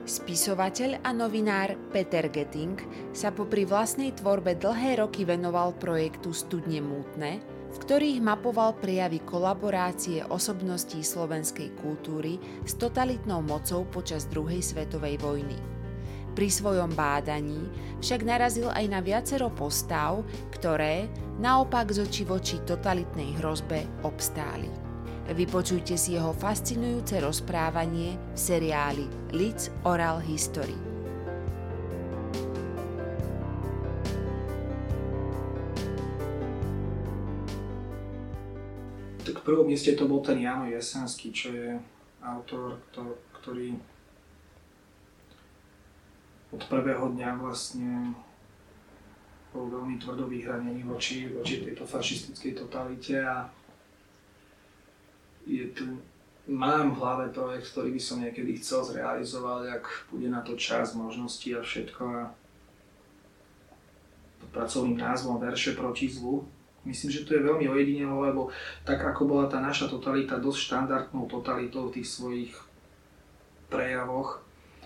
Spisovateľ a novinár Peter Getting sa popri vlastnej tvorbe dlhé roky venoval projektu Studne mútne, v ktorých mapoval prejavy kolaborácie osobností slovenskej kultúry s totalitnou mocou počas druhej svetovej vojny. Pri svojom bádaní však narazil aj na viacero postav, ktoré naopak z očí voči totalitnej hrozbe obstáli. Vypočujte si jeho fascinujúce rozprávanie v seriáli Lid's Oral History. Tak v prvom mieste to bol ten Jano Jesenský, čo je autor, ktorý od prvého dňa vlastne bol veľmi tvrdo vyhranený voči tejto fašistickej totalite a mám v hlave projekt, ktorý by som niekedy chcel zrealizovať, ak bude na to čas, možnosti a všetko. A pod pracovným názvom Verše proti zlu. Myslím, že to je veľmi ojedinelé, lebo tak ako bola tá naša totalita dosť štandardnou totalitou v tých svojich prejavoch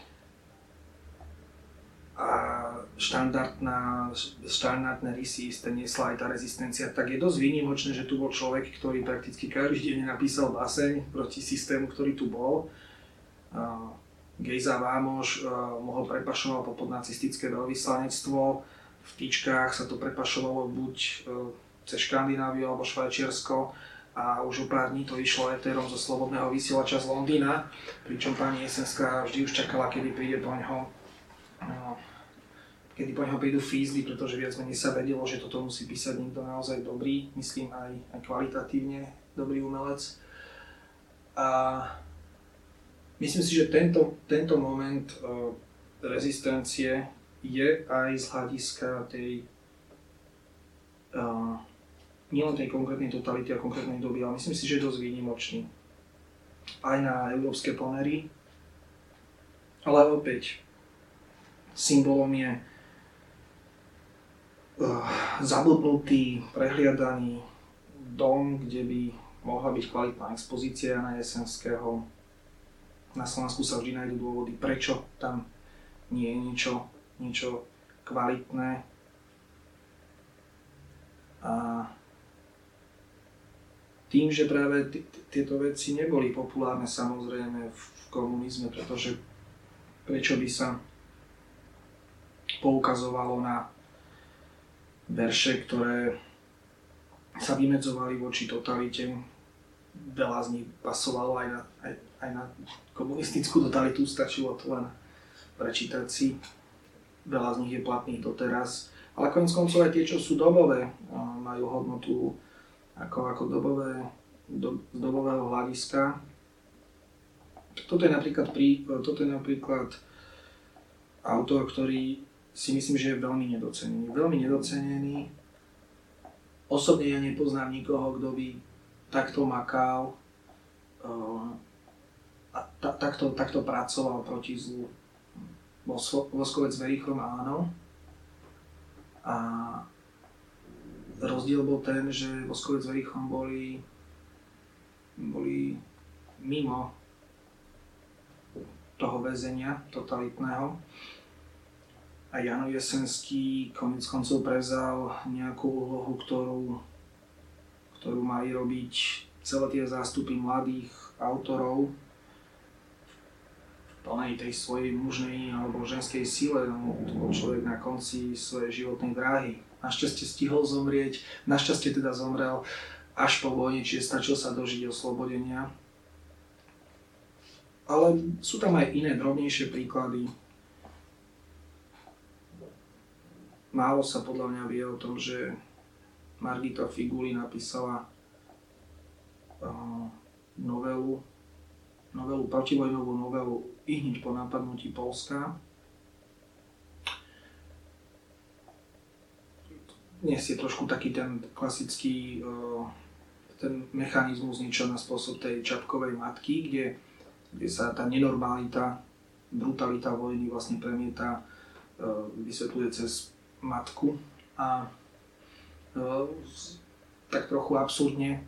a štandardné rysy isté niesla aj tá rezistencia, tak je dosť výnimočné, že tu bol človek, ktorý prakticky každý deň napísal báseň proti systému, ktorý tu bol. Gejza Vámoš mohol prepašovať pod nacistické veľvyslanectvo, v tyčkách sa to prepašovalo buď cez Škandináviu alebo Švajčiarsko a už o pár dní to išlo éterom zo slobodného vysielača z Londýna, pričom pani Jesenská vždy už čakala, kedy príde po ňoho prídu fízly, pretože viac menej sa vedelo, že toto musí písať niekto naozaj dobrý, myslím aj kvalitatívne dobrý umelec. A myslím si, že tento moment rezistencie je aj z hľadiska tej nielen tej konkrétnej totality a konkrétnej doby, ale myslím si, že je dosť výnimočný. Aj na európske pomery, ale opäť symbolom je zablbnutý, prehliadaný dom, kde by mohla byť kvalitná expozícia Jana Jesenského. Na Slovensku sa vždy nájdú dôvody, prečo tam nie je niečo kvalitné. A tým, že práve tieto veci neboli populárne samozrejme v komunizme, pretože prečo by sa poukazovalo na verše, ktoré sa vymedzovali voči totalite. Veľa z nich pasovalo aj na komunistickú totalitu, stačilo to len prečítať si. Veľa z nich je platných doteraz. Ale koniec koncov aj tie, čo sú dobové, majú hodnotu ako z dobového hľadiska. Toto je napríklad autor, ktorý si myslím, že je veľmi nedocenený. Veľmi nedocenený. Osobne ja nepoznám nikoho, kto by takto makal a takto pracoval proti zlu. Voskovec Verichom áno. A rozdiel bol ten, že Voskovec Verichom boli mimo toho väzenia totalitného. A Jano Jesenský koniec koncov prevzal nejakú úlohu, ktorú mali robiť celé tie zástupy mladých autorov v plnej tej svojej mužnej alebo ženskej sile. No, to bol človek na konci svojej životnej dráhy. Našťastie stihol zomrieť, našťastie teda zomrel až po vojne, čiže stačil sa dožiť oslobodenia. Ale sú tam aj iné drobnejšie príklady. Málo sa podľa mňa vie o tom, že Margita Figuli napísala protivojnovú novelu ihneď po napadnutí Poľska. Dnes je trošku taký ten klasický ten mechanizmus niečo na spôsob tej Čapkovej matky, kde sa tá nenormalita, brutalita vojny vlastne premieta, vysvetľuje cez matku a tak trochu absurdne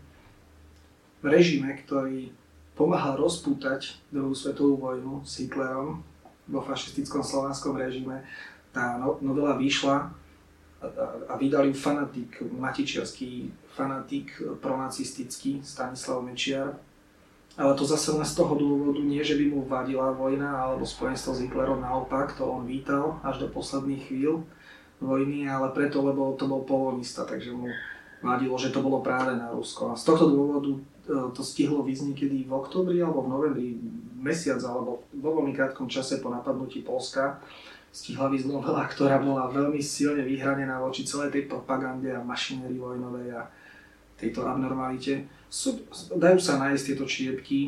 v režime, ktorý pomáhal rozpútať druhú svetovú vojnu s Hitlerom, vo fašistickom slovanskom režime. Tá novela vyšla a vydal ju fanatik, matičiarsky fanatik pronacistický Stanislav Mečiar. Ale to zase len z toho dôvodu, nie že by mu vadila vojna alebo spojenstvo s Hitlerom, naopak, to on vítal až do posledných chvíľ vojny, ale preto, lebo to bol polonista, takže mu vadilo, že to bolo práve na Rusko. A z tohto dôvodu to stihlo vyznieť kedy v októbri alebo v novembri, mesiac alebo vo veľmi krátkom čase po napadnutí Poľska, stihla vyjsť novela, ktorá bola veľmi silne vyhranená voči celej tej propagande a mašinérii vojnovej a tejto abnormalite. Dajú sa nájsť tieto čiepky,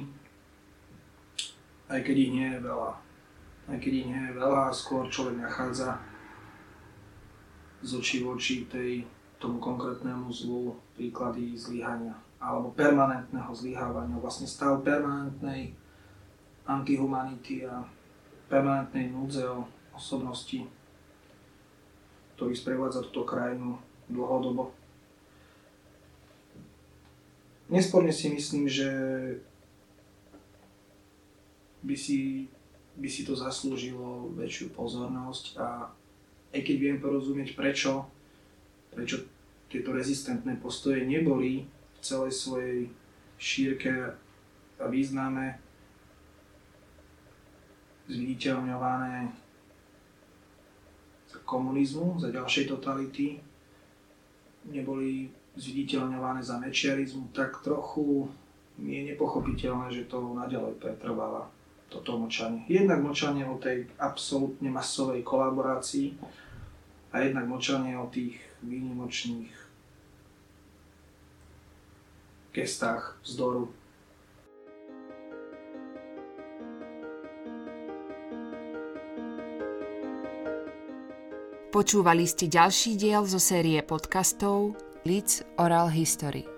aj keď ich nie je veľa. Aj keď ich nie je veľa, skôr človek nachádza z očí v oči tomu konkrétnemu zlu príklady zlyhania alebo permanentného zlyhávania, vlastne stav permanentnej antihumanity a permanentnej núdze o osobnosti, ktorý sprevádza túto krajinu dlhodobo. Nesporne si myslím, že by si to zaslúžilo väčšiu pozornosť a aj keď viem porozumieť, prečo tieto rezistentné postoje neboli v celej svojej šírke a význame zviditeľňované za komunizmu, za ďalšej totality, neboli zviditeľňované za mečiarizmu, tak trochu je nepochopiteľné, že to naďalej pretrváva toto mlčanie. Jednak mlčanie o tej absolútne masovej kolaborácii a jednak mlčanie o tých výnimočných gestách vzdoru. Počúvali ste ďalší diel zo série podcastov Leeds Oral History.